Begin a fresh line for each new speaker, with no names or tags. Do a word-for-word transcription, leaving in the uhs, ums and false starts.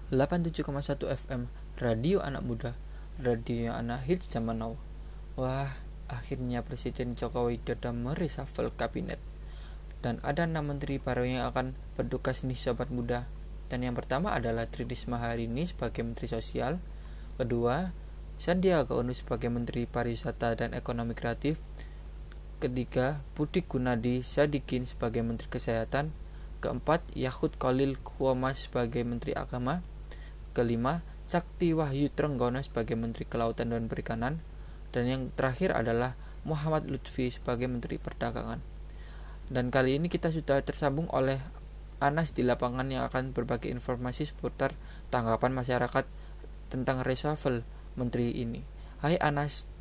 delapan puluh tujuh koma satu F M Radio Anak Muda, radio anak hits zaman now. Wah, akhirnya Presiden Joko Widodo mereshuffle kabinet. Dan ada enam menteri baru yang akan bertugas nih sobat muda. Dan yang pertama adalah Tri Risma hari ini sebagai Menteri Sosial. Kedua, Sandiaga Uno sebagai Menteri Pariwisata dan Ekonomi Kreatif. Ketiga, Budi Gunadi Sadikin sebagai Menteri Kesehatan. Keempat, Yahut Khalil Quomas sebagai Menteri Agama. Kelima, Sakti Wahyu Trenggono sebagai Menteri Kelautan dan Perikanan. Dan yang terakhir adalah Muhammad Lutfi sebagai Menteri Perdagangan. Dan kali ini kita sudah tersambung oleh Anas di lapangan yang akan berbagi informasi seputar tanggapan masyarakat tentang reshuffle menteri ini. Hai Anas.